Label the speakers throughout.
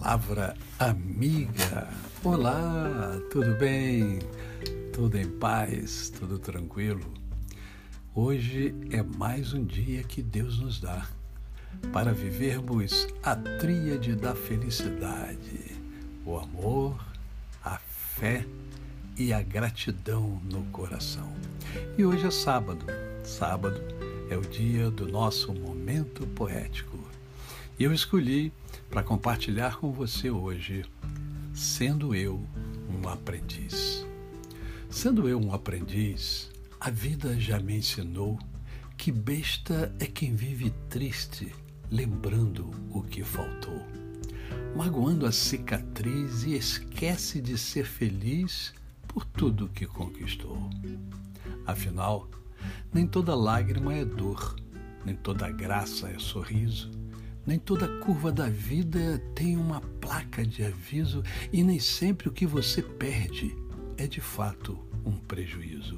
Speaker 1: Palavra amiga. Olá, tudo bem? Tudo em paz? Tudo tranquilo? Hoje é mais um dia que Deus nos dá para vivermos a tríade da felicidade, o amor, a fé e a gratidão no coração. E hoje é sábado. Sábado é o dia do nosso momento poético. E eu escolhi para compartilhar com você hoje, sendo eu um aprendiz. Sendo eu um aprendiz, a vida já me ensinou que besta é quem vive triste, lembrando o que faltou, magoando a cicatriz e esquece de ser feliz por tudo que conquistou. Afinal, nem toda lágrima é dor, nem toda graça é sorriso, nem toda curva da vida tem uma placa de aviso e nem sempre o que você perde é de fato um prejuízo.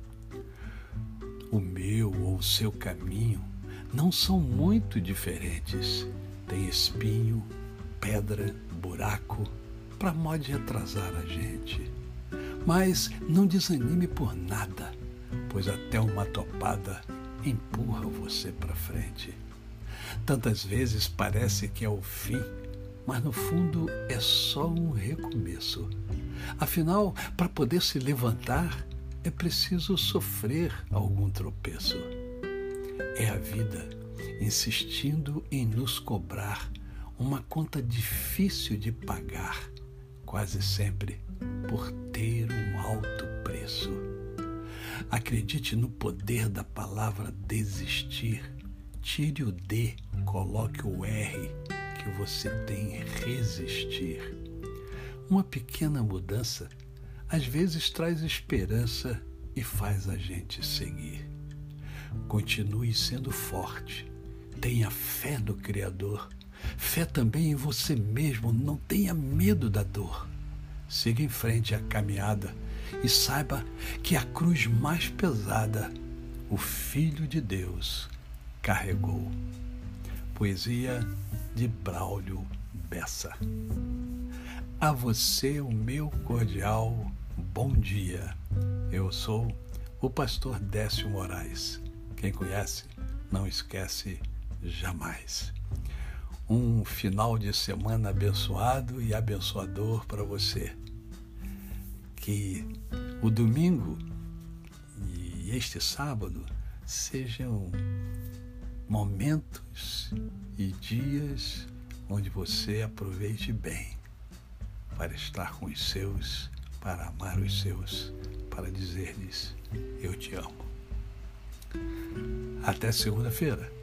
Speaker 1: O meu ou o seu caminho não são muito diferentes. Tem espinho, pedra, buraco, para modo de atrasar a gente. Mas não desanime por nada, pois até uma topada empurra você para frente. Tantas vezes parece que é o fim, mas no fundo é só um recomeço. Afinal, para poder se levantar, é preciso sofrer algum tropeço. É a vida insistindo em nos cobrar uma conta difícil de pagar, quase sempre por ter um alto preço. Acredite no poder da palavra desistir. Tire o D, coloque o R, que você tem em resistir. Uma pequena mudança, às vezes traz esperança e faz a gente seguir. Continue sendo forte, tenha fé no Criador, fé também em você mesmo, não tenha medo da dor. Siga em frente a caminhada e saiba que a cruz mais pesada, o Filho de Deus, carregou. Poesia de Braulio Bessa. A você o meu cordial bom dia. Eu sou o pastor Décio Moraes. Quem conhece, não esquece jamais. Um final de semana abençoado e abençoador para você. Que o domingo e este sábado sejam momentos e dias onde você aproveite bem para estar com os seus, para amar os seus, para dizer-lhes: eu te amo. Até segunda-feira.